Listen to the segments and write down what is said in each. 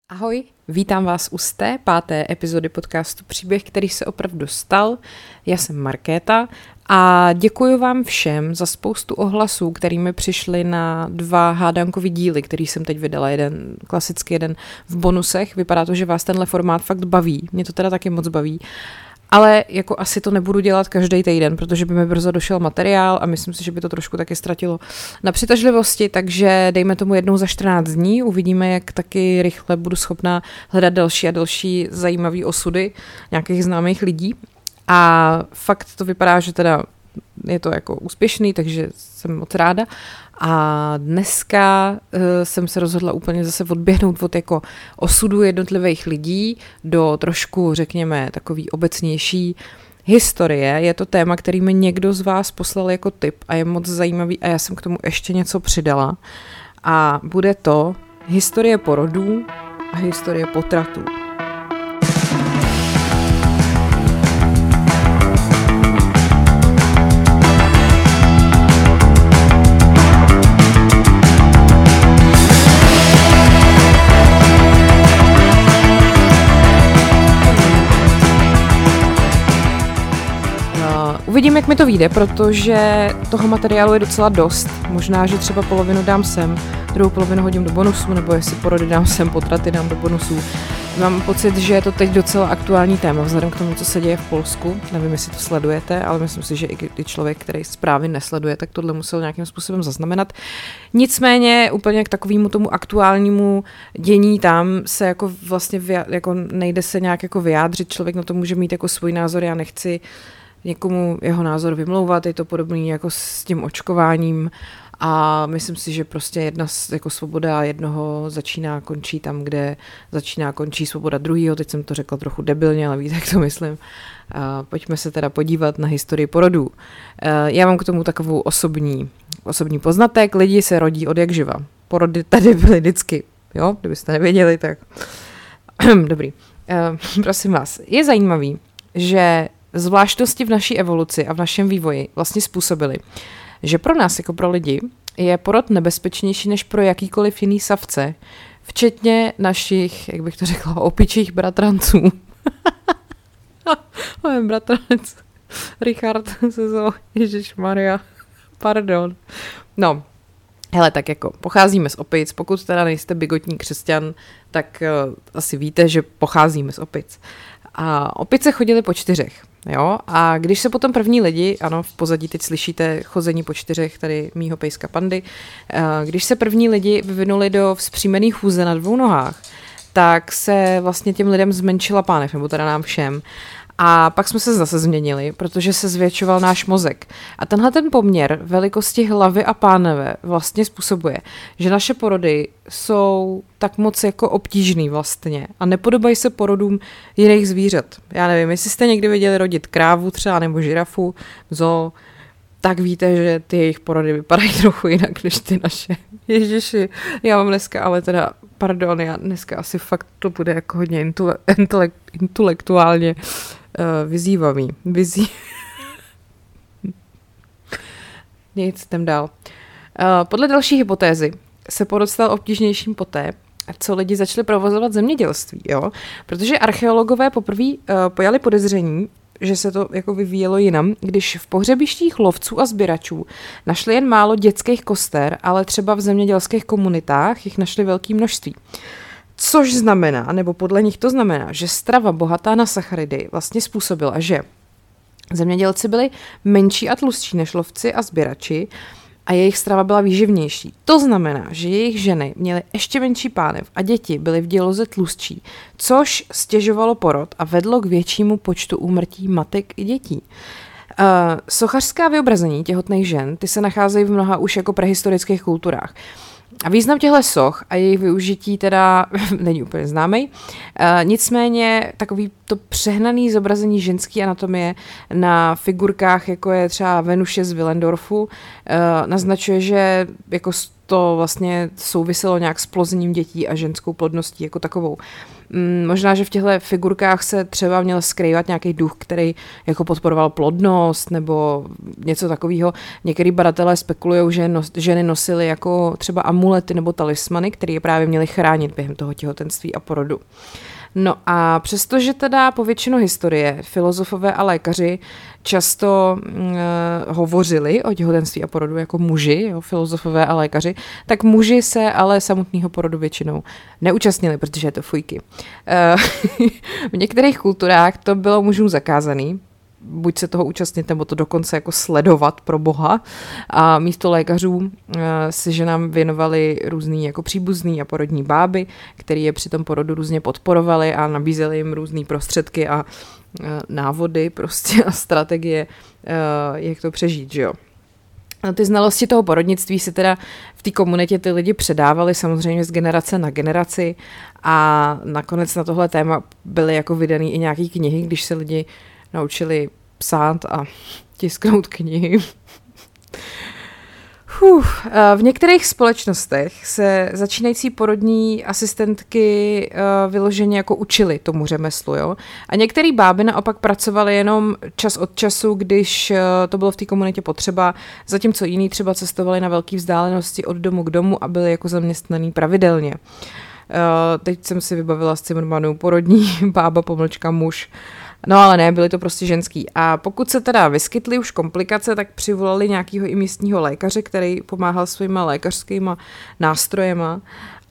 Ahoj, vítám vás u 105. epizody podcastu Příběh, který se opravdu stal. Já jsem Markéta a děkuji vám všem za spoustu ohlasů, kterými přišly na 2 hádankový díly, který jsem teď vydala, jeden klasicky, jeden v bonusech. Vypadá to, že vás tenhle formát fakt baví, mě to teda taky moc baví. Ale jako asi to nebudu dělat každý týden, protože by mi brzo došel materiál a myslím si, že by to trošku taky ztratilo na přitažlivosti, takže dejme tomu jednou za 14 dní, uvidíme, jak taky rychle budu schopná hledat další a další zajímavé osudy nějakých známých lidí. A fakt to vypadá, že teda je to jako úspěšný, takže jsem moc ráda. A dneska jsem se rozhodla úplně zase odběhnout od jako osudu jednotlivých lidí do trošku, řekněme, takový obecnější historie. Je to téma, který mi někdo z vás poslal jako tip a je moc zajímavý a já jsem k tomu ještě něco přidala. A bude to historie porodů a historie potratů. Uvidím, jak mi to vyjde, protože toho materiálu je docela dost. Možná, že třeba polovinu dám sem, druhou polovinu hodím do bonusu, nebo jestli porody dám sem, potraty dám do bonusu. Mám pocit, že je to teď docela aktuální téma, vzhledem k tomu, co se děje v Polsku. Nevím, jestli to sledujete, ale myslím si, že i člověk, který zprávy nesleduje, tak tohle musel nějakým způsobem zaznamenat. Nicméně úplně k takovému tomu aktuálnímu dění tam se jako vlastně jako nejde se nějak jako vyjádřit. Člověk na to může mít jako svůj názor, já nechci někomu jeho názor vymlouvat, je to podobný jako s tím očkováním a myslím si, že prostě jedna jako svoboda jednoho začíná, končí tam, kde začíná, končí svoboda druhýho. Teď jsem to řekla trochu debilně, ale víte, jak to myslím. Pojďme se teda podívat na historii porodů. Já mám k tomu takovou osobní poznatek. Lidi se rodí od jak živa. Porody tady byly vždycky, jo, kdybyste nevěděli, tak dobrý. Prosím vás, je zajímavý, že zvláštnosti v naší evoluci a v našem vývoji vlastně způsobily, že pro nás jako pro lidi je porod nebezpečnější než pro jakýkoliv jiný savce, včetně našich, jak bych to řekla, opičích bratranců. Můj bratranec Richard se zval, ježišmarja, pardon. No, hele, tak jako pocházíme z opic, pokud teda nejste bigotní křesťan, tak asi víte, že pocházíme z opic. A opice chodily po 4, jo, a když se potom první lidi, ano, v pozadí teď slyšíte chození po 4, tady mýho pejska Pandy, když se první lidi vyvinuli do vzpřímených chůze na 2 nohách, tak se vlastně těm lidem zmenšila pánev, nebo teda nám všem. A pak jsme se zase změnili, protože se zvětšoval náš mozek. A tenhle ten poměr velikosti hlavy a pánve vlastně způsobuje, že naše porody jsou tak moc jako obtížný vlastně a nepodobají se porodům jiných zvířat. Já nevím, jestli jste někdy viděli rodit krávu třeba nebo žirafu, zoo, tak víte, že ty jejich porody vypadají trochu jinak než ty naše. Ježiši, já mám dneska, ale teda, pardon, já dneska asi fakt to bude jako hodně intelektuálně vyzývavý. Nic, jdem dál. Podle další hypotézy se porod stal obtížnějším poté, co lidi začali provozovat zemědělství, jo? Protože archeologové poprvé pojali podezření, že se to jako vyvíjelo jinam, když v pohřebištích lovců a sběračů našli jen málo dětských koster, ale třeba v zemědělských komunitách jich našli velké množství. Což znamená, nebo podle nich to znamená, že strava bohatá na sacharidy vlastně způsobila, že zemědělci byli menší a tlustší než lovci a sběrači a jejich strava byla výživnější. To znamená, že jejich ženy měly ještě menší pánev a děti byly v děloze tlustší, což stěžovalo porod a vedlo k většímu počtu úmrtí matek i dětí. Sochařská vyobrazení těhotných žen, ty se nacházejí v mnoha už jako prehistorických kulturách. A význam těchto soch a jejich využití teda není úplně známý. Nicméně takový to přehnaný zobrazení ženské anatomie na figurkách, jako je třeba Venuše z Willendorfu, naznačuje, že jako to vlastně souviselo nějak s plozením dětí a ženskou plodností jako takovou. Možná, že v těchto figurkách se třeba měl skrývat nějaký duch, který jako podporoval plodnost nebo něco takového. Některý badatelé spekulují, že ženy nosily jako třeba amulety nebo talismany, které je právě měly chránit během toho těhotenství a porodu. No a přestože teda po většinu historie filozofové a lékaři často hovořili o těhotenství a porodu jako muži, jo, filozofové a lékaři, tak muži se ale samotného porodu většinou neúčastnili, protože je to fujky. V některých kulturách to bylo mužům zakázaný, buď se toho účastnit, nebo to dokonce jako sledovat pro boha. A místo lékařů si ženám věnovali různý jako příbuzný a porodní báby, který je při tom porodu různě podporovali a nabízeli jim různý prostředky a návody prostě a strategie, jak to přežít, že jo. A ty znalosti toho porodnictví si teda v té komunitě ty lidi předávali samozřejmě z generace na generaci a nakonec na tohle téma byly jako vydaný i nějaký knihy, když se lidi naučili psát a tisknout knihy. V některých společnostech se začínající porodní asistentky vyloženě jako učily tomu řemeslu, jo? A některé báby naopak pracovaly jenom čas od času, když to bylo v té komunitě potřeba, zatímco jiný třeba cestovali na velké vzdálenosti od domu k domu a byli jako zaměstnaný pravidelně. Teď jsem si vybavila z Cimrmanu porodní bába pomlčka muž. No ale ne, byly to prostě ženský. A pokud se teda vyskytly už komplikace, tak přivolali nějakého i místního lékaře, který pomáhal svýma lékařskýma nástrojema.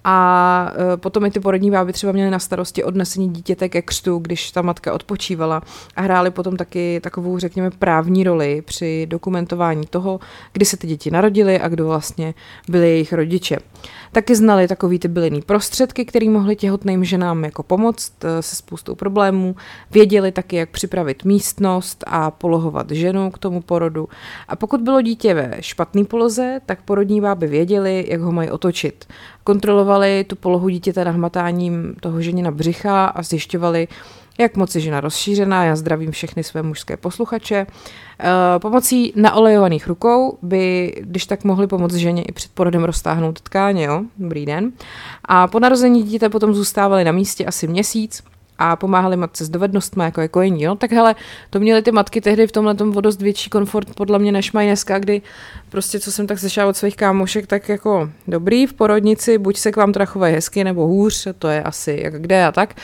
A potom i ty porodní báby třeba měly na starosti odnesení dítěte ke křtu, když ta matka odpočívala a hrály potom taky takovou, řekněme, právní roli při dokumentování toho, kdy se ty děti narodily a kdo vlastně byli jejich rodiče. Taky znali takový ty bylinný prostředky, které mohly těhotným ženám jako pomoct se spoustou problémů. Věděli taky, jak připravit místnost a polohovat ženu k tomu porodu. A pokud bylo dítě ve špatné poloze, tak porodní báby věděli, jak ho mají otočit. Kontrolovali tu polohu dítěte nahmatáním toho ženina břicha a zjišťovali, jak moc je žena rozšířená. Já zdravím všechny své mužské posluchače. Pomocí naolejovaných rukou by, když tak mohli pomoct ženě i před porodem roztáhnout tkáně, jo? Dobrý den. A po narození dítěte potom zůstávali na místě asi měsíc a pomáhali matce s dovednostmi, jako je kojení, jo? Tak hele, to měly ty matky tehdy v tomhletom o dost větší komfort podle mě, než mají dneska, kdy prostě, co jsem tak slyšela od svých kámošek, tak jako dobrý v porodnici, buď se k vám teda chovají hezky, nebo hůř, to je asi jak kde a tak.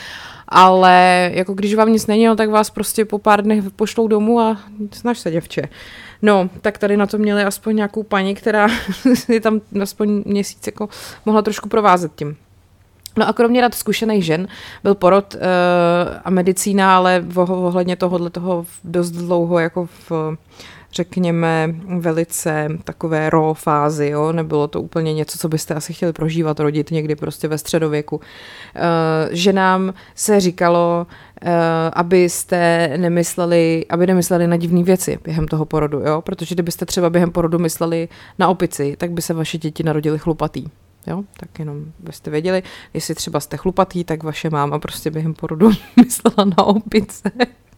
Ale jako když vám nic není, tak vás prostě po pár dnech pošlou domů a snaž se, děvče. No, tak tady na to měli aspoň nějakou paní, která je tam aspoň měsíc jako mohla trošku provázet tím. No a kromě rad zkušených žen byl porod a medicína, ale ohledně toho dost dlouho jako v, řekněme, velice takové raw fázi, jo? Nebylo to úplně něco, co byste asi chtěli prožívat, rodit někdy prostě ve středověku. Ženám se říkalo, aby nemysleli na divné věci během toho porodu, jo? Protože kdybyste třeba během porodu mysleli na opici, tak by se vaše děti narodily chlupatý. Jo, tak jenom byste věděli, jestli třeba jste chlupatý, tak vaše máma prostě během porodu myslela na opice.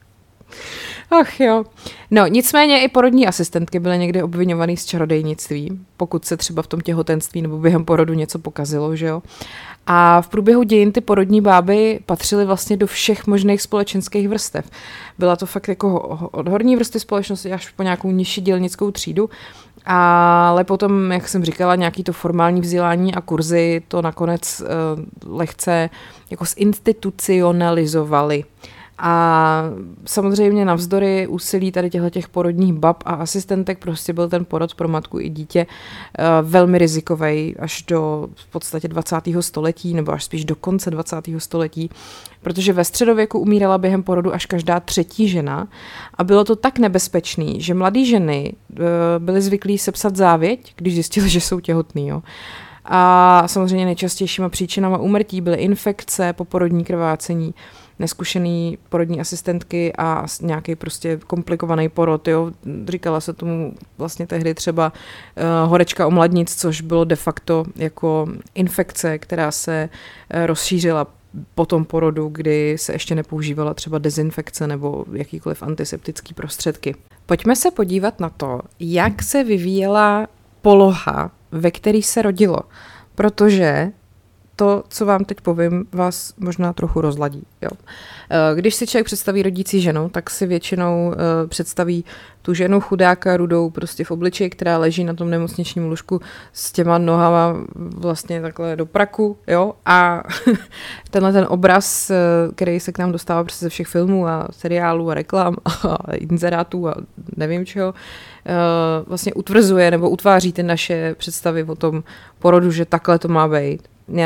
Ach jo. No, nicméně i porodní asistentky byly někdy obviňovaný z čarodejnictví, pokud se třeba v tom těhotenství nebo během porodu něco pokazilo, že jo. A v průběhu dějin ty porodní báby patřily vlastně do všech možných společenských vrstev. Byla to fakt jako od horní vrstvy společnosti až po nějakou nižší dělnickou třídu, ale potom, jak jsem říkala, nějaký to formální vzdělání a kurzy to nakonec lehce jako zinstitucionalizovali. A samozřejmě navzdory úsilí tady těch porodních bab a asistentek prostě byl ten porod pro matku i dítě velmi rizikový až do v podstatě 20. století nebo až spíš do konce 20. století, protože ve středověku umírala během porodu až každá třetí žena a bylo to tak nebezpečný, že mladé ženy byly zvyklí sepsat závěť, když zjistili, že jsou těhotný, jo. A samozřejmě nejčastějšíma příčinama úmrtí byly infekce, poporodní krvácení, neskušený porodní asistentky a nějaký prostě komplikovaný porod, jo. Říkala se tomu vlastně tehdy třeba horečka omladnic, což bylo de facto jako infekce, která se rozšířila po tom porodu, kdy se ještě nepoužívala třeba dezinfekce nebo jakýkoliv antiseptický prostředky. Pojďme se podívat na to, jak se vyvíjela poloha, ve který se rodilo, protože to, co vám teď povím, vás možná trochu rozladí. Jo. Když si člověk představí rodící ženu, tak si většinou představí tu ženu chudáka rudou prostě v obličeji, která leží na tom nemocničním lůžku s těma nohama vlastně takhle do praku. Jo. A tenhle ten obraz, který se k nám dostává prostě ze všech filmů a seriálů a reklam a inzerátů a nevím čeho, vlastně utvrzuje nebo utváří ty naše představy o tom porodu, že takhle to má být.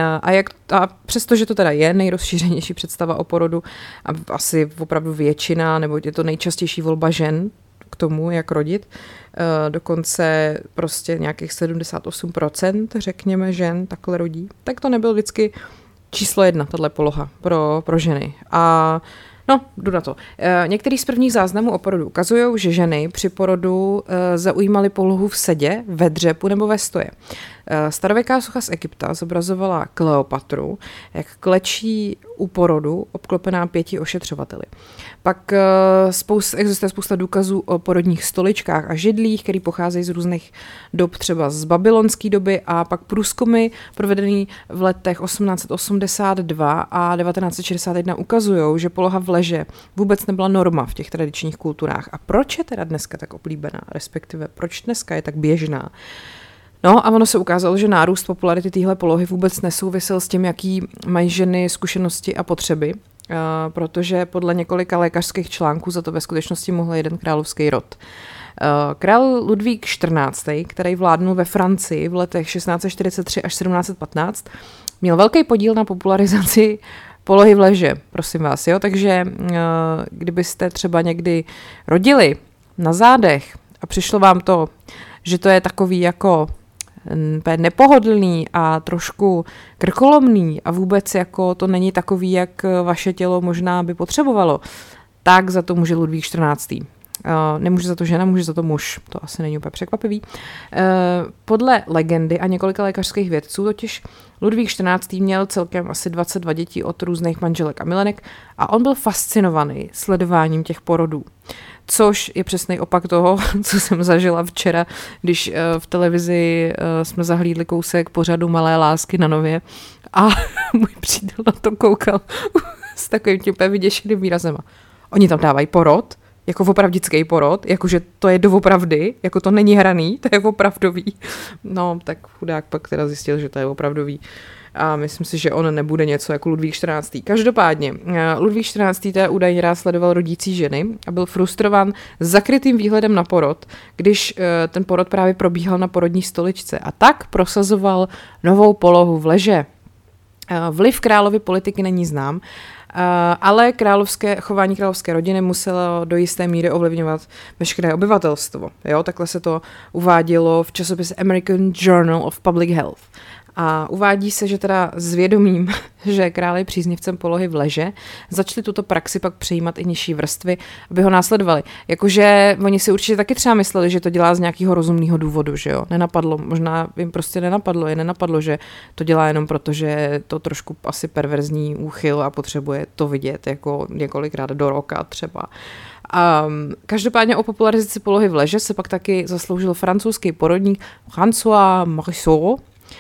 A přesto, že to teda je nejrozšířenější představa o porodu a asi opravdu většina, nebo je to nejčastější volba žen k tomu, jak rodit, dokonce prostě nějakých 78%, řekněme, žen takhle rodí, tak to nebyl vždycky číslo 1, tahle poloha pro ženy. A no, jdu na to. Některý z prvních záznamů o porodu ukazují, že ženy při porodu zaujímaly polohu v sedě, ve dřepu nebo ve stoje. Starověká socha z Egypta zobrazovala Kleopatru, jak klečí u porodu, obklopená 5 ošetřovateli. Pak existuje spousta důkazů o porodních stoličkách a židlích, které pocházejí z různých dob, třeba z babylonské doby, a pak průzkumy provedené v letech 1882 a 1961 ukazují, že poloha v leže vůbec nebyla norma v těch tradičních kulturách. A proč je teda dneska tak oblíbená, respektive proč dneska je tak běžná? No a ono se ukázalo, že nárůst popularity téhle polohy vůbec nesouvisel s tím, jaký mají ženy zkušenosti a potřeby, protože podle několika lékařských článků za to ve skutečnosti mohl jeden královský rod. Král Ludvík XIV., který vládnul ve Francii v letech 1643 až 1715, měl velký podíl na popularizaci polohy v leže, prosím vás, jo, takže kdybyste třeba někdy rodili na zádech a přišlo vám to, že to je takový jako nepohodlný a trošku krkolomný a vůbec jako to není takový, jak vaše tělo možná by potřebovalo, tak za to může Ludvík XIV. Nemůže za to žena, může za to muž. To asi není úplně překvapivý. Podle legendy a několika lékařských vědců totiž Ludvík XIV. Měl celkem asi 22 dětí od různých manželek a milenek a on byl fascinovaný sledováním těch porodů. Což je přesný opak toho, co jsem zažila včera, když v televizi jsme zahlídli kousek pořadu Malé lásky na Nově a můj přítel na to koukal s takovým tím vyděšeným výrazem. Oni tam dávají porod, jako opravdický porod, jakože to je doopravdy, jako to není hraný, to je opravdový. No, tak chudák pak teda zjistil, že to je opravdový. A myslím si, že on nebude něco jako Ludvík XIV. Každopádně, Ludvík XIV. Teda údajně rád sledoval rodící ženy a byl frustrovan zakrytým výhledem na porod, když ten porod právě probíhal na porodní stoličce. A tak prosazoval novou polohu v leže. Vliv královy politiky není znám, ale chování královské rodiny muselo do jisté míry ovlivňovat veškeré obyvatelstvo. Jo, takhle se to uvádělo v časopise American Journal of Public Health. A uvádí se, že teda s vědomím, že král je příznivcem polohy v leže, začali tuto praxi pak přejímat i nižší vrstvy, aby ho následovali. Jakože oni si určitě taky třeba mysleli, že to dělá z nějakého rozumného důvodu, že jo. Nenapadlo, možná jim prostě nenapadlo, že to dělá jenom proto, že je to trošku asi perverzní úchyl a potřebuje to vidět jako několikrát do roka třeba. Každopádně o popularizaci polohy v leže se pak taky zasloužil francouzský porodník François Morisot.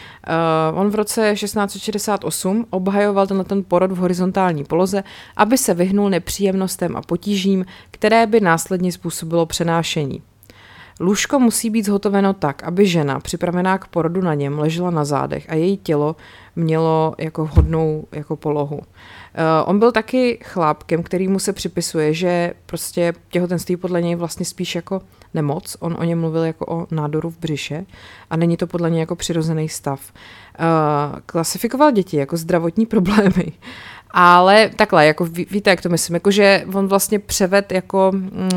On v roce 1668 obhajoval ten porod v horizontální poloze, aby se vyhnul nepříjemnostem a potížím, které by následně způsobilo přenášení. Lůžko musí být zhotoveno tak, aby žena, připravená k porodu na něm, ležela na zádech a její tělo mělo jako vhodnou jako polohu. On byl taky chlápkem, kterýmu se připisuje, že prostě těhotenství podle něj vlastně spíš jako nemoc. On o něm mluvil jako o nádoru v břiše a není to podle něj jako přirozený stav. Klasifikoval děti jako zdravotní problémy. Ale takhle, jako víte, jak to myslím, jakože on vlastně převed jako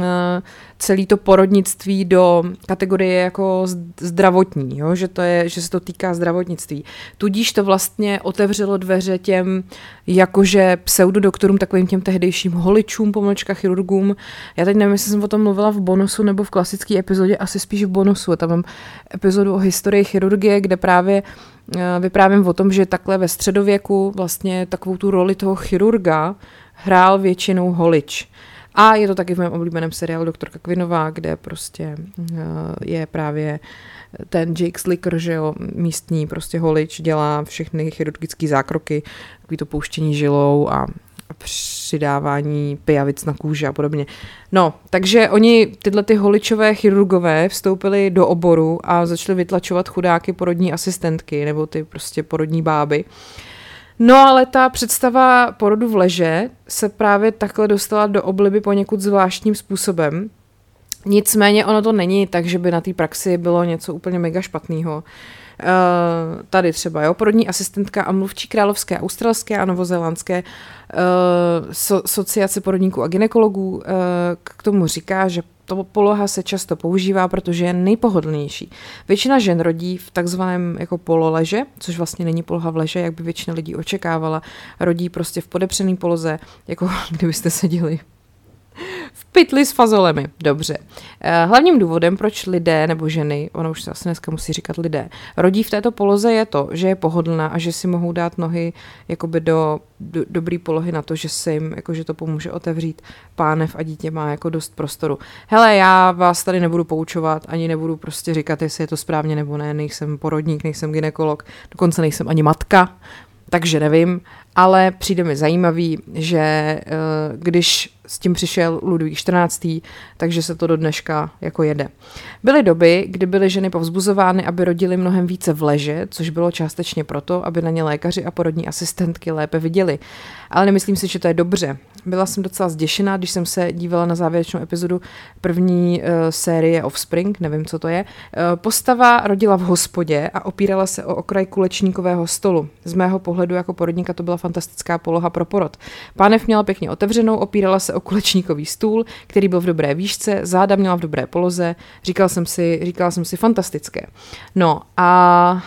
celý to porodnictví do kategorie jako zdravotní, jo? Že se to týká zdravotnictví. Tudíž to vlastně otevřelo dveře těm jakože pseudodoktorům, takovým těm tehdejším holičům, chirurgům. Já teď nevím, jestli jsem o tom mluvila v bonusu nebo v klasické epizodě, asi spíš v bonusu. Tam mám epizodu o historii chirurgie, kde právě vyprávím o tom, že takhle ve středověku vlastně takovou tu roli toho chirurga hrál většinou holič. A je to taky v mém oblíbeném seriálu Doktorka Quinnová, kde prostě je právě ten Jake Slicker, že jo, místní prostě holič, dělá všechny chirurgické zákroky, takový to pouštění žilou a přidávání pijavic na kůži a podobně. No, takže oni, tyhle ty holičové chirurgové, vstoupili do oboru a začali vytlačovat chudáky porodní asistentky, nebo ty prostě porodní báby. No ale ta představa porodu v leže se právě takhle dostala do obliby poněkud zvláštním způsobem. Nicméně ono to není tak, že by na té praxi bylo něco úplně mega špatného. Tady třeba, jo, porodní asistentka a mluvčí královské, australské a novozélandské asociace porodníků a gynekologů k tomu říká, že to poloha se často používá, protože je nejpohodlnější. Většina žen rodí v takzvaném jako pololeže, což vlastně není poloha v leže, jak by většina lidí očekávala. Rodí prostě v podepřené poloze, jako kdybyste seděli v pytli s fazolemi. Dobře. Hlavním důvodem, proč lidé nebo ženy, ono už se asi dneska musí říkat lidé, rodí v této poloze je to, že je pohodlná a že si mohou dát nohy jakoby do dobrý polohy na to, že se jim, jakože to pomůže otevřít pánev a dítě má jako dost prostoru. Hele, já vás tady nebudu poučovat, ani nebudu prostě říkat, jestli je to správně nebo ne, nejsem porodník, nejsem gynekolog, dokonce nejsem ani matka, takže nevím, ale přijde mi zajímavý, že když s tím přišel Ludvík XIV, takže se to do dneška jako jede. Byly doby, kdy byly ženy povzbuzovány, aby rodily mnohem více v leže, což bylo částečně proto, aby na ně lékaři a porodní asistentky lépe viděli. Ale nemyslím si, že to je dobře. Byla jsem docela zděšená, když jsem se dívala na závěrečnou epizodu první série Offspring, nevím, co to je. Postava rodila v hospodě a opírala se o okraj kulečníkového stolu. Z mého pohledu jako porodníka to byla fantastická poloha pro porod. Pánev měla pěkně otevřenou, opírala se o kulečníkový stůl, který byl v dobré výšce, záda měla v dobré poloze, říkala jsem si fantastické. No a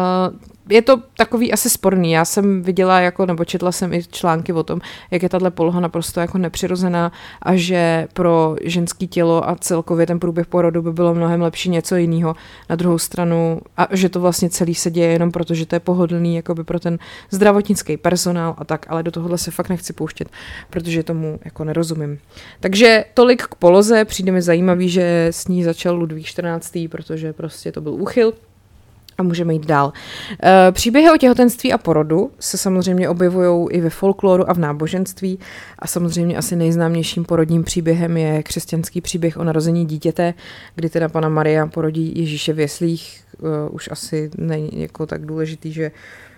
je to takový asi sporný. Já jsem viděla nebo četla jsem i články o tom, jak je tahle poloha naprosto jako nepřirozená a že pro ženské tělo a celkově ten průběh porodu by bylo mnohem lepší něco jiného. Na druhou stranu, a že to vlastně celý se děje jenom proto, že to je pohodlný jakoby pro ten zdravotnický personál a tak, ale do tohohle se fakt nechci pouštět, protože tomu jako nerozumím. Takže tolik k poloze, přijde mi zajímavý, že s ní začal Ludvík XIV, protože prostě to byl úchyl. A můžeme jít dál. Příběhy o těhotenství a porodu se samozřejmě objevují i ve folkloru a v náboženství a samozřejmě asi nejznámějším porodním příběhem je křesťanský příběh o narození dítěte, kdy teda Panna Maria porodí Ježíše v jeslích. Už asi není jako tak důležitý, že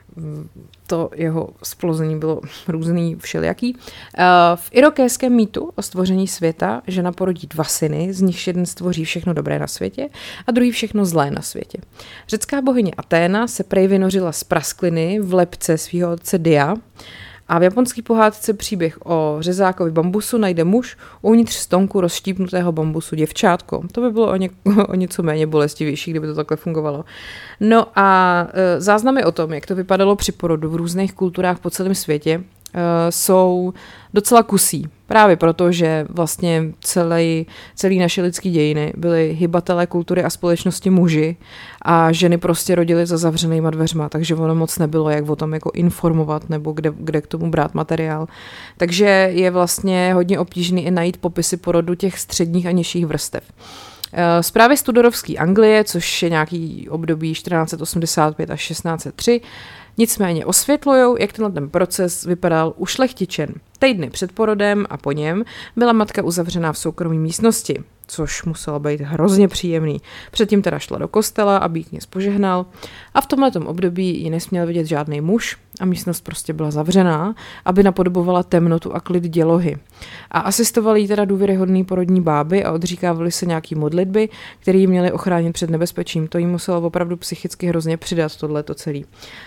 to jeho splození bylo různý, všelijaký. V irokéském mýtu o stvoření světa žena porodí 2 syny, z nichž jeden stvoří všechno dobré na světě a druhý všechno zlé na světě. Řecká bohyně Aténa se prej vynořila z praskliny v lebce svého otce Dia a v japonský pohádce příběh o řezákovi bambusu najde muž uvnitř stonku rozštípnutého bambusu děvčátko. To by bylo o něco méně bolestivější, kdyby to takhle fungovalo. No a záznamy o tom, jak to vypadalo při porodu v různých kulturách po celém světě, jsou docela kusí. Právě proto, že vlastně celý naše lidský dějiny byly hybatelé kultury a společnosti muži a ženy prostě rodily za zavřenýma dveřma, takže ono moc nebylo, jak o tom jako informovat nebo kde k tomu brát materiál. Takže je vlastně hodně obtížný i najít popisy porodu těch středních a nižších vrstev. Zprávy z Tudorovské Anglie, což je nějaký období 1485 až 1603, nicméně osvětlujou, jak ten proces vypadal u šlechtičen. Týdny před porodem a po něm byla matka uzavřená v soukromé místnosti, což muselo být hrozně příjemný. Předtím teda šla do kostela, aby kněz požehnal a v tomhletom období ji nesměl vidět žádný muž a místnost prostě byla zavřená, aby napodobovala temnotu a klid dělohy. A asistovali jí teda důvěryhodný porodní báby a odříkávaly se nějaký modlitby, které ji měly ochránit před nebezpečím. To jí muselo opravdu psychicky hrozně přidat tohleto celý.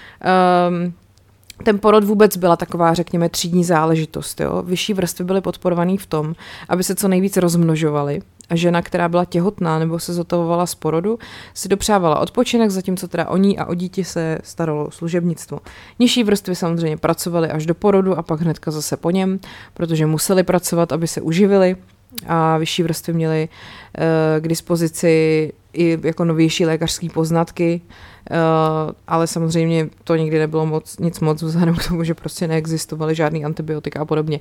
Ten porod vůbec byla taková, řekněme, třídní záležitost. Jo? Vyšší vrstvy byly podporované v tom, aby se co nejvíc rozmnožovaly a žena, která byla těhotná nebo se zotavovala z porodu, si dopřávala odpočinek, zatímco teda o ní a o dítě se staralo služebnictvo. Nižší vrstvy samozřejmě pracovaly až do porodu a pak hnedka zase po něm, protože museli pracovat, aby se uživili. a vyšší vrstvy měly k dispozici i jako novější lékařské poznatky, ale samozřejmě to nikdy nebylo nic moc vzhledem k tomu, že prostě neexistovaly žádný antibiotika a podobně.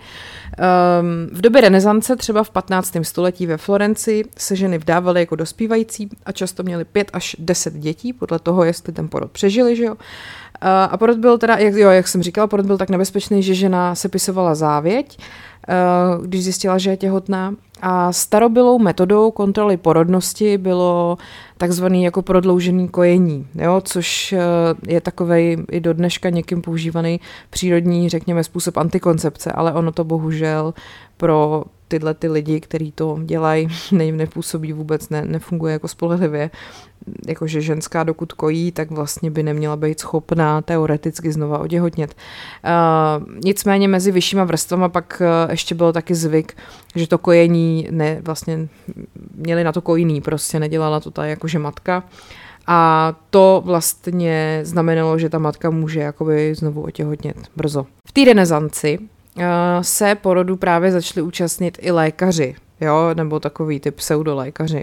V době renesance, třeba v 15. století ve Florencii, se ženy vdávaly jako dospívající a často měly 5 až 10 dětí, podle toho, jestli ten porod přežili, že jo. A porod byl teda, jak jsem říkala, porod byl tak nebezpečný, že žena sepisovala závěť, když zjistila, že je těhotná. A starobylou metodou kontroly porodnosti bylo takzvaný jako prodloužený kojení, jo, což je takovej i do dneška někým používaný přírodní, řekněme, způsob antikoncepce, ale ono to bohužel pro tyhle ty lidi, kteří to dělají, nepůsobí vůbec, nefunguje jako spolehlivě. Jakože ženská dokud kojí, tak vlastně by neměla být schopná teoreticky znova otěhotnět. Nicméně mezi vyššíma vrstvama pak ještě bylo taky zvyk, že to kojení vlastně měli na to kojný, prostě nedělala to ta jakože matka. A to vlastně znamenalo, že ta matka může jakoby znovu otěhotnět brzo. V té renesanci se porodu právě začali účastnit i lékaři, jo, nebo takový ty pseudolékaři.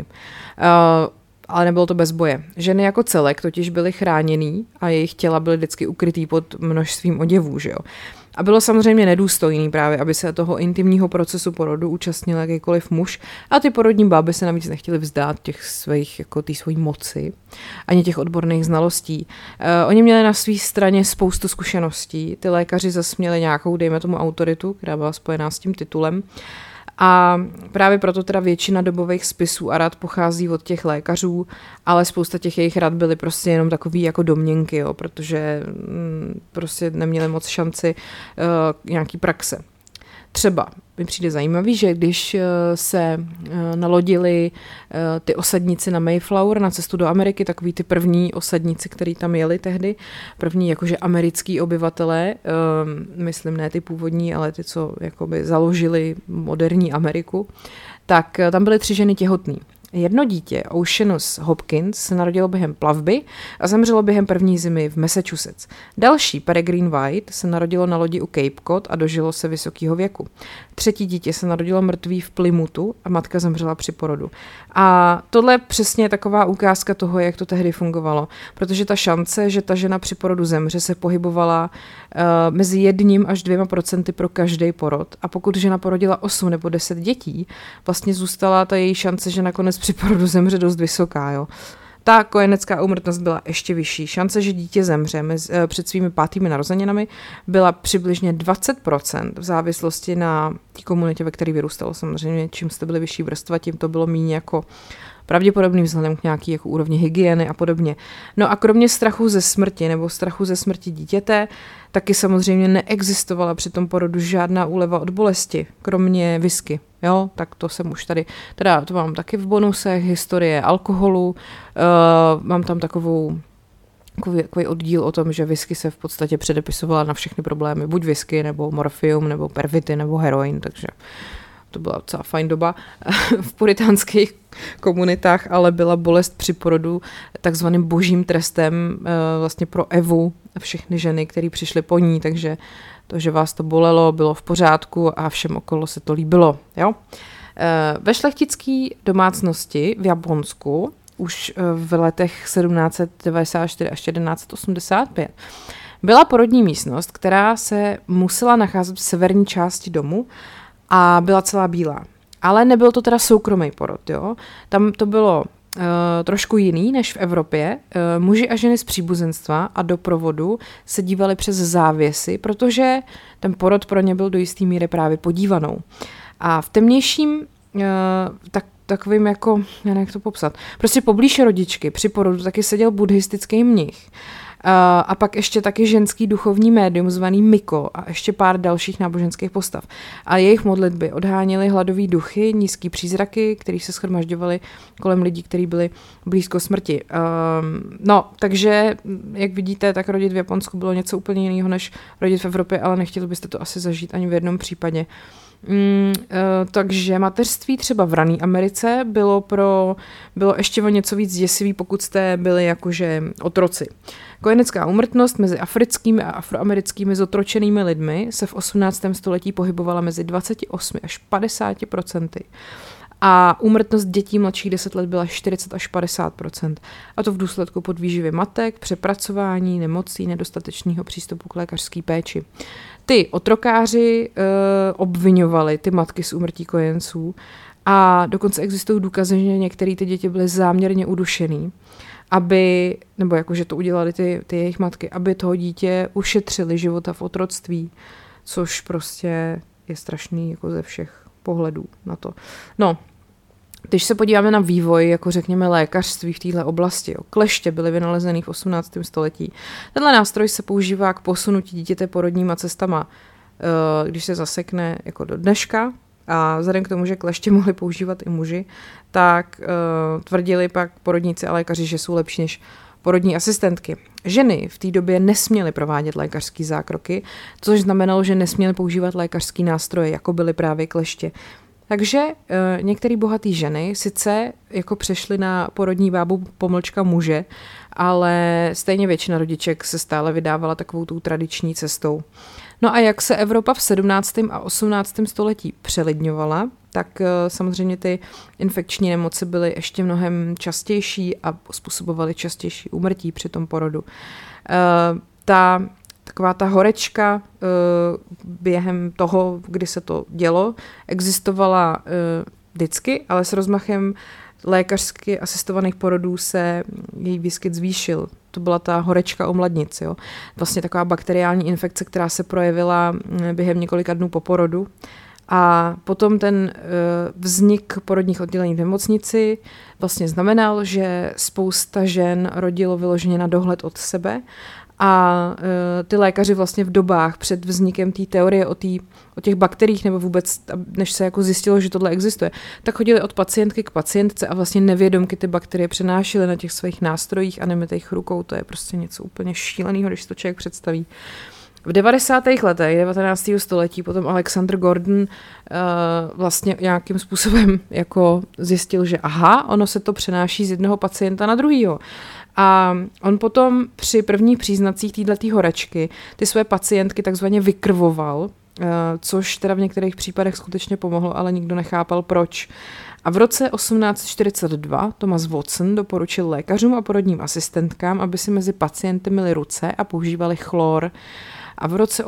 Ale nebylo to bez boje. Ženy jako celek totiž byly chráněný a jejich těla byly vždycky ukrytý pod množstvím oděvů, že jo. A bylo samozřejmě nedůstojný právě, aby se toho intimního procesu porodu účastnil jakýkoliv muž a ty porodní báby se navíc nechtěly vzdát těch svých, jako té svojí moci, ani těch odborných znalostí. Oni měli na své straně spoustu zkušeností, ty lékaři zase měli nějakou, dejme tomu, autoritu, která byla spojená s tím titulem. A právě proto teda většina dobových spisů a rad pochází od těch lékařů, ale spousta těch jejich rad byly prostě jenom takový jako domněnky, jo, protože prostě neměli moc šanci nějaký praxe. Třeba mi přijde zajímavý, že když se nalodili ty osadníci na Mayflower na cestu do Ameriky, takový ty první osadníci, kteří tam jeli tehdy, první jakože americký obyvatelé, myslím ne ty původní, ale ty, co jakoby založili moderní Ameriku, tak tam byly 3 ženy těhotný. Jedno dítě, Oceanus Hopkins, se narodilo během plavby a zemřelo během první zimy v Massachusetts. Další, Peregrine White, se narodilo na lodi u Cape Cod a dožilo se vysokého věku. Třetí dítě se narodilo mrtvý v Plymouthu a matka zemřela při porodu. A tohle je přesně taková ukázka toho, jak to tehdy fungovalo, protože ta šance, že ta žena při porodu zemře, se pohybovala mezi 1 až 2% pro každý porod. A pokud žena porodila 8 nebo 10 dětí, vlastně zůstala ta její šance, že nakonec při porodu zemře, dost vysoká. Jo. Ta kojenecká úmrtnost byla ještě vyšší. Šance, že dítě zemře před svými 5. narozeninami, byla přibližně 20% v závislosti na té komunitě, ve které vyrůstalo. Samozřejmě, čím jste byli vyšší vrstva, tím to bylo méně jako pravděpodobným vzhledem k nějaký jako úrovni hygieny a podobně. No a kromě strachu ze smrti nebo strachu ze smrti dítěte, taky samozřejmě neexistovala při tom porodu žádná úleva od bolesti, kromě whisky. Jo, tak to jsem už tady, teda to mám taky v bonusech, historie alkoholu, mám tam takový oddíl o tom, že whisky se v podstatě předepisovala na všechny problémy, buď whisky, nebo morfium, nebo pervity, nebo heroin, takže to byla docela fajn doba v puritánských komunitách, ale byla bolest při porodu takzvaným božím trestem vlastně pro Evu a všechny ženy, které přišly po ní, takže to, že vás to bolelo, bylo v pořádku a všem okolo se to líbilo. Jo? Ve šlechtické domácnosti v Japonsku už v letech 1794 až 1185 byla porodní místnost, která se musela nacházet v severní části domu a byla celá bílá. Ale nebyl to teda soukromý porod, jo. Tam to bylo trošku jiný než v Evropě. Muži a ženy z příbuzenstva a doprovodu se dívali přes závěsy, protože ten porod pro ně byl do jistý míry právě podívanou. A v temnějším takovým jako, já nevím, jak to popsat, prostě poblíž rodičky při porodu taky seděl buddhistický mnich. A pak ještě taky ženský duchovní médium zvaný Miko a ještě pár dalších náboženských postav. A jejich modlitby odháněly hladový duchy, nízký přízraky, který se shromažďovaly kolem lidí, kteří byli blízko smrti. No, takže, jak vidíte, tak rodit v Japonsku bylo něco úplně jiného, než rodit v Evropě, ale nechtěli byste to asi zažít ani v jednom případě. Takže mateřství třeba v rané Americe bylo ještě o něco víc děsivý, pokud jste byli jakože otroci. Kojenecká úmrtnost mezi africkými a afroamerickými zotročenými lidmi se v 18. století pohybovala mezi 28 až 50%. A úmrtnost dětí mladších 10 let byla 40 až 50%. A to v důsledku podvýživy matek, přepracování, nemocí, nedostatečného přístupu k lékařské péči. Ty otrokáři obviňovali ty matky z úmrtí kojenců a dokonce existují důkazy, že některé ty děti byly záměrně udušený, nebo jakože to udělali ty jejich matky, aby toho dítě ušetřili života v otroctví, což prostě je strašný jako ze všech pohledů na to. No, když se podíváme na vývoj, jako řekněme lékařství v této oblasti, kleště byly vynalezený v 18. století. Tenhle nástroj se používá k posunutí dítěte porodníma cestama, když se zasekne jako do dneška, a vzhledem k tomu, že kleště mohli používat i muži, tak tvrdili pak porodníci a lékaři, že jsou lepší než porodní asistentky. Ženy v té době nesměly provádět lékařské zákroky, což znamenalo, že nesměly používat lékařské nástroje, jako byly právě kleště. Takže některé bohaté ženy sice jako přešly na porodní bábu pomlčka muže, ale stejně většina rodiček se stále vydávala takovou tou tradiční cestou. No a jak se Evropa v 17. a 18. století přelidňovala, tak samozřejmě ty infekční nemoci byly ještě mnohem častější a způsobovaly častější úmrtí při tom porodu. Taková ta horečka během toho, kdy se to dělo, existovala vždycky, ale s rozmachem lékařsky asistovaných porodů se její výskyt zvýšil. To byla ta horečka omladnic. Jo? Vlastně taková bakteriální infekce, která se projevila během několika dnů po porodu. A potom ten vznik porodních oddělení v nemocnici vlastně znamenal, že spousta žen rodilo vyloženě na dohled od sebe a ty lékaři vlastně v dobách před vznikem té teorie o těch bakteriích nebo vůbec, než se jako zjistilo, že tohle existuje, tak chodili od pacientky k pacientce a vlastně nevědomky ty bakterie přenášely na těch svých nástrojích a nemytých rukou. To je prostě něco úplně šíleného, když to člověk představí. V 90. letech 19. století potom Alexander Gordon vlastně nějakým způsobem jako zjistil, že ono se to přenáší z jednoho pacienta na druhýho. A on potom při prvních příznacích této horečky ty své pacientky takzvaně vykrvoval, což teda v některých případech skutečně pomohlo, ale nikdo nechápal proč. A v roce 1842 Thomas Watson doporučil lékařům a porodním asistentkám, aby si mezi pacienty myli ruce a používali chlor. A v roce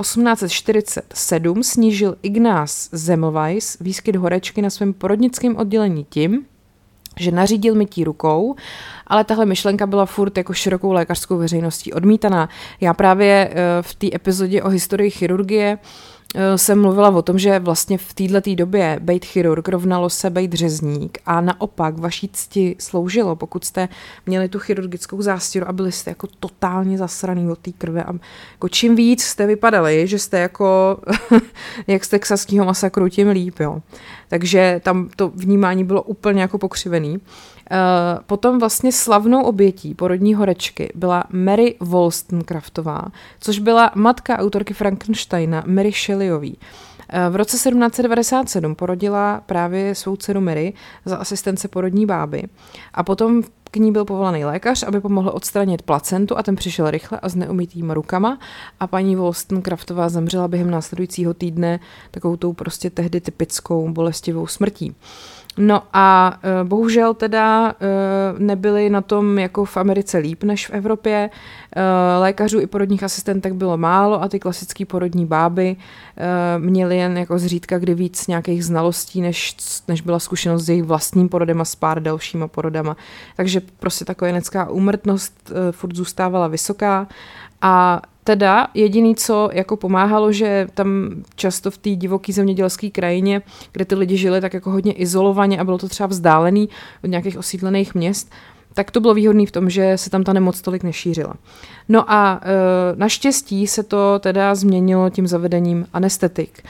1847 snížil Ignaz Semmelweis výskyt horečky na svém porodnickém oddělení tím, že nařídil mytí rukou, ale tahle myšlenka byla furt jako širokou lékařskou veřejností odmítaná. Já právě v té epizodě o historii chirurgie jsem mluvila o tom, že vlastně v této době bejt chirurg rovnalo se bejt řezník a naopak vaší cti sloužilo, pokud jste měli tu chirurgickou zástěru a byli jste jako totálně zasraný od té krve a jako čím víc jste vypadali, že jste jako jak z texaského masakru, tím líp, jo. Takže tam to vnímání bylo úplně jako pokřivený. Potom vlastně slavnou obětí porodní horečky byla Mary Wollstonecraftová, což byla matka autorky Frankensteina Mary Shelleyový. V roce 1797 porodila právě svou dceru Mary za asistence porodní báby a potom k ní byl povolaný lékař, aby pomohl odstranit placentu a ten přišel rychle a s neumytýma rukama a paní Wollstonecraftová zemřela během následujícího týdne takovou tou prostě tehdy typickou bolestivou smrtí. No a bohužel teda nebyli na tom jako v Americe líp než v Evropě. Lékařů i porodních asistentek bylo málo a ty klasické porodní báby měly jen jako zřídka kdy víc nějakých znalostí, než byla zkušenost s jejich vlastním porodem a s pár dalšíma porodama. Takže prostě ta kojenecká úmrtnost furt zůstávala vysoká a teda jediný, co jako pomáhalo, že tam často v té divoké zemědělské krajině, kde ty lidi žili tak jako hodně izolovaně a bylo to třeba vzdálený od nějakých osídlených měst, tak to bylo výhodné v tom, že se tam ta nemoc tolik nešířila. No a naštěstí se to teda změnilo tím zavedením anestetik.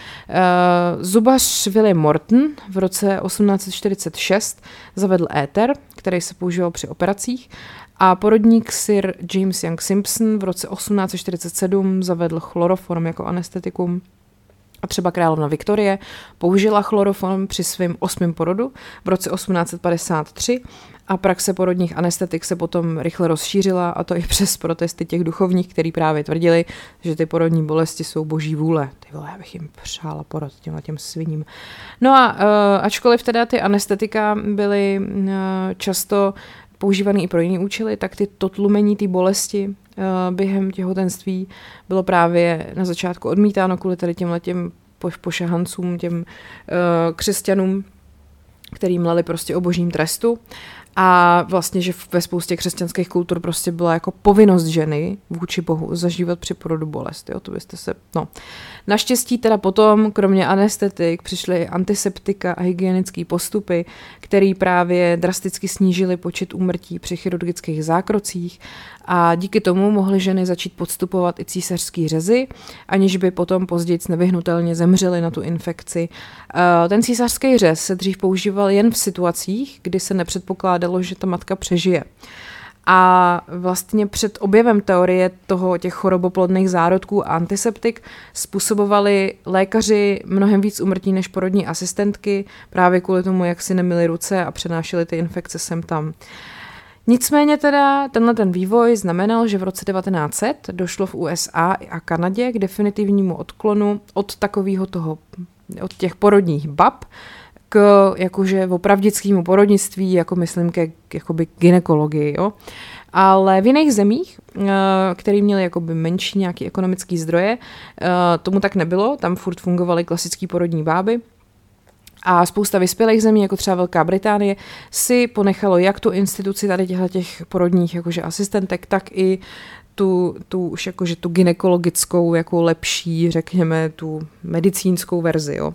Zubař William Morton v roce 1846 zavedl éter, který se používal při operacích, a porodník Sir James Young Simpson v roce 1847 zavedl chloroform jako anestetikum. A třeba královna Viktorie použila chloroform při svém 8. porodu v roce 1853 a praxe porodních anestetik se potom rychle rozšířila, a to i přes protesty těch duchovních, kteří právě tvrdili, že ty porodní bolesti jsou boží vůle. Ty vole, já bych jim přála porod těm sviním. No a ačkoliv teda ty anestetika byly často používaný i pro jiný účely, tak to tlumení té bolesti během těhotenství bylo právě na začátku odmítáno kvůli tady těmhletěm pošahancům, těm křesťanům, který mleli prostě o božím trestu. A vlastně, že ve spoustě křesťanských kultur prostě byla jako povinnost ženy vůči Bohu zažívat při porodu bolest. Jo? To byste se, no. Naštěstí teda potom, kromě anestetik, přišly antiseptika a hygienické postupy, které právě drasticky snížily počet úmrtí při chirurgických zákrocích a díky tomu mohly ženy začít podstupovat i císařský řezy, aniž by potom později nevyhnutelně zemřely na tu infekci. Ten císařský řez se dřív používal jen v situacích, kdy se nepředpokládalo, že ta matka přežije. A vlastně před objevem teorie těch choroboplodných zárodků a antiseptik způsobovali lékaři mnohem víc úmrtí než porodní asistentky, právě kvůli tomu, jak si nemyli ruce a přenášeli ty infekce sem tam. Nicméně teda ten vývoj znamenal, že v roce 1900 došlo v USA a Kanadě k definitivnímu odklonu od od těch porodních bab k jakože opravdickému porodnictví, jako myslím ke jakoby gynekologii, jo. Ale v jiných zemích, který měli jakoby menší nějaký ekonomický zdroje, tomu tak nebylo, tam furt fungovaly klasický porodní báby. A spousta vyspělých zemí, jako třeba Velká Británie, si ponechalo jak tu instituci tady těch porodních jakože asistentek, tak i tu už jakože tu gynekologickou, jako lepší, řekněme, tu medicínskou verzi, jo.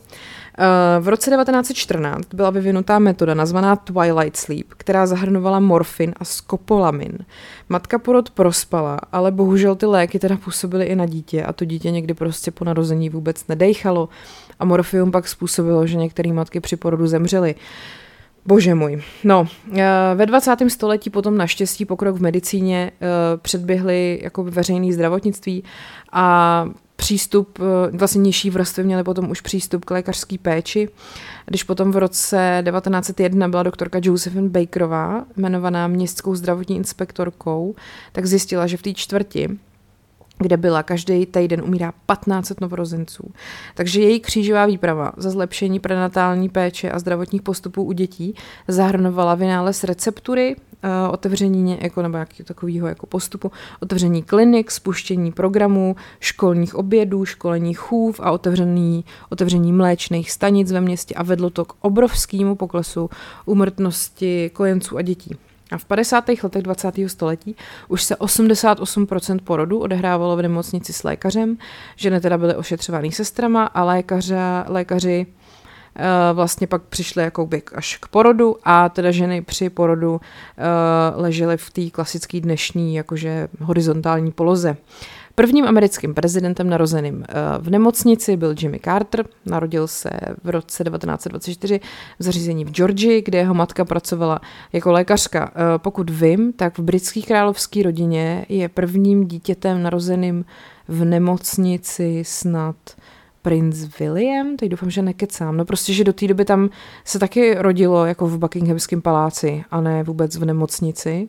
V roce 1914 byla vyvinutá metoda nazvaná Twilight Sleep, která zahrnovala morfin a skopolamin. Matka porod prospala, ale bohužel ty léky teda působily i na dítě a to dítě někdy prostě po narození vůbec nedejchalo a morfium pak způsobilo, že některé matky při porodu zemřely. Bože můj. No, ve 20. století potom naštěstí pokrok v medicíně předběhly jako veřejné zdravotnictví a přístup, vlastně nižší vrstvy měly potom už přístup k lékařské péči. Když potom v roce 1901 byla doktorka Josephine Bakerová jmenovaná městskou zdravotní inspektorkou, tak zjistila, že v té čtvrti, kde byla, každý týden umírá 1500 novorozenců. Takže její křížová výprava za zlepšení prenatální péče a zdravotních postupů u dětí zahrnovala vynález receptury, otevření jako, nebo nějakého takového jako postupu, otevření klinik, spuštění programů, školních obědů, školení chův a otevření mléčných stanic ve městě a vedlo to k obrovskému poklesu úmrtnosti kojenců a dětí. A v 50. letech 20. století už se 88% porodů odehrávalo v nemocnici s lékařem, ženy teda byly ošetřovaný sestrama a lékaři vlastně pak přišli jakoby až k porodu a teda ženy při porodu ležely v té klasické dnešní jakože horizontální poloze. Prvním americkým prezidentem narozeným v nemocnici byl Jimmy Carter, narodil se v roce 1924 v zařízení v Georgii, kde jeho matka pracovala jako lékařka. Pokud vím, tak v britské královské rodině je prvním dítětem narozeným v nemocnici snad princ William, teď doufám, že nekecám, no prostě, že do té doby tam se taky rodilo jako v Buckinghamském paláci a ne vůbec v nemocnici.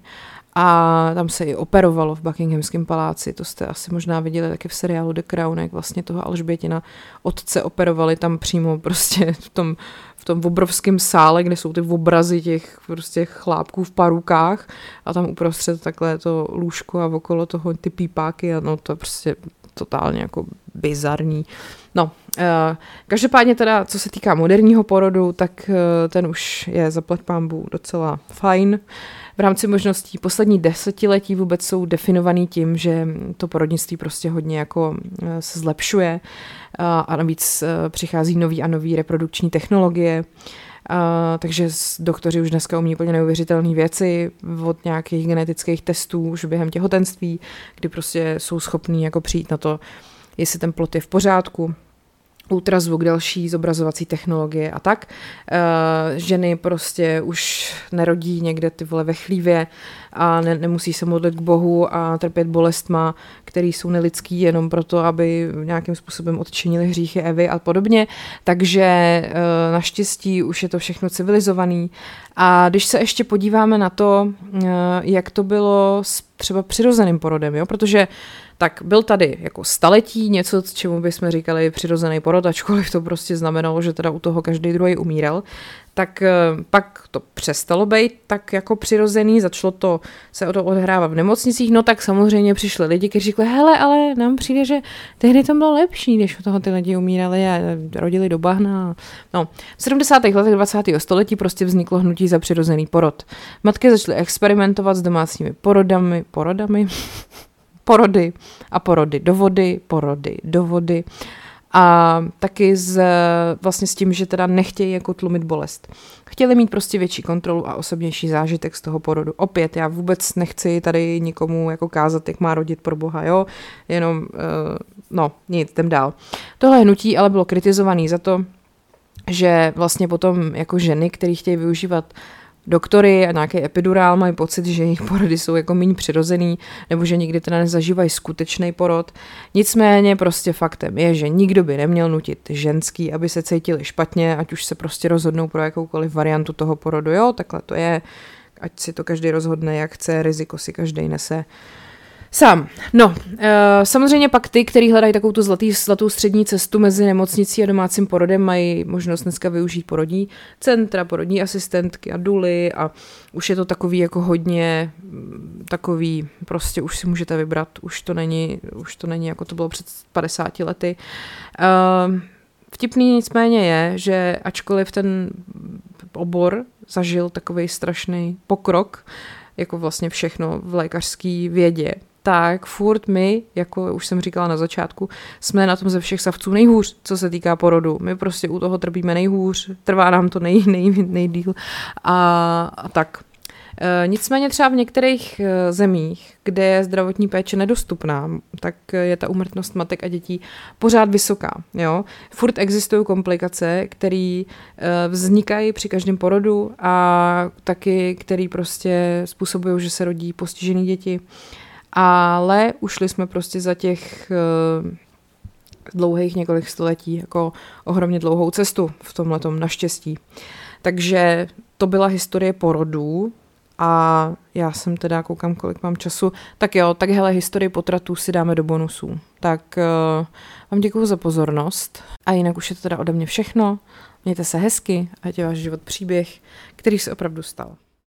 A tam se i operovalo v Buckinghamském paláci, to jste asi možná viděli taky v seriálu The Crown, jak vlastně toho Alžbětina otce operovali tam přímo prostě v tom obrovském sále, kde jsou ty obrazy těch prostě chlápků v parukách a tam uprostřed takhle to lůžko a okolo toho ty pípáky a no to je prostě totálně jako bizarní. No, každopádně teda, co se týká moderního porodu, tak ten už je zaplať pánbůh docela fajn. V rámci možností poslední desetiletí vůbec jsou definovaný tím, že to porodnictví prostě hodně jako se zlepšuje a navíc přichází nový a nový reprodukční technologie. Takže doktoři už dneska umí úplně neuvěřitelné věci od nějakých genetických testů už během těhotenství, kdy prostě jsou schopní jako přijít na to, jestli ten plod je v pořádku. ultrazvuk, další zobrazovací technologie a tak. Ženy prostě už nerodí někde ty vole ve chlívě a nemusí se modlit k Bohu a trpět bolestma, který jsou nelidský jenom proto, aby nějakým způsobem odčinili hříchy Evy a podobně. Takže naštěstí už je to všechno civilizovaný. A když se ještě podíváme na to, jak to bylo s třeba přirozeným porodem, jo? Protože tak byl tady jako staletí něco, čemu bychom říkali přirozený porod, ačkoliv to prostě znamenalo, že teda u toho každý druhý umíral, tak pak to přestalo být tak jako přirozený, začalo to se o to odhrávat v nemocnicích, no tak samozřejmě přišli lidi, kteří řekli, hele, ale nám přijde, že tehdy to bylo lepší, když u toho ty lidi umírali a rodili do bahna. No, v 70. letech 20. století prostě vzniklo hnutí za přirozený porod. Matky začaly experimentovat s domácími porody a porody do vody a taky vlastně s tím, že teda nechtějí jako tlumit bolest. Chtěli mít prostě větší kontrolu a osobnější zážitek z toho porodu. Opět, já vůbec nechci tady nikomu jako kázat, jak má rodit pro boha, jo, jenom, nic, jdem dál. Tohle hnutí ale bylo kritizované za to, že vlastně potom jako ženy, které chtějí využívat doktory a nějaký epidurál, mají pocit, že jejich porody jsou jako méně přirozený, nebo že nikdy teda nezažívají skutečný porod. Nicméně prostě faktem je, že nikdo by neměl nutit ženský, aby se cítili špatně, ať už se prostě rozhodnou pro jakoukoliv variantu toho porodu. Jo, takhle to je, ať si to každý rozhodne, jak chce, riziko si každý nese sám. No, samozřejmě pak ty, kteří hledají takovou tu zlatou střední cestu mezi nemocnicí a domácím porodem, mají možnost dneska využít porodní centra, porodní asistentky a duly a už je to takový jako hodně takový, prostě už si můžete vybrat, už to není jako to bylo před 50 lety. Vtipný nicméně je, že ačkoliv ten obor zažil takovej strašný pokrok, jako vlastně všechno v lékařské vědě, tak furt my, jako už jsem říkala na začátku, jsme na tom ze všech savců nejhůř, co se týká porodu. My prostě u toho trpíme nejhůř, trvá nám to nejdýl a tak. Nicméně třeba v některých zemích, kde je zdravotní péče nedostupná, tak je ta úmrtnost matek a dětí pořád vysoká. Jo? Furt existují komplikace, které vznikají při každém porodu a taky, které prostě způsobují, že se rodí postižený děti. Ale ušli jsme prostě za těch dlouhých několik století jako ohromně dlouhou cestu v tomhletom naštěstí. Takže to byla historie porodů a já jsem teda koukám, kolik mám času. Tak jo, tak hele, historii potratů si dáme do bonusů. Tak vám děkuju za pozornost a jinak už je to teda ode mě všechno. Mějte se hezky, ať je váš život příběh, který se opravdu stal.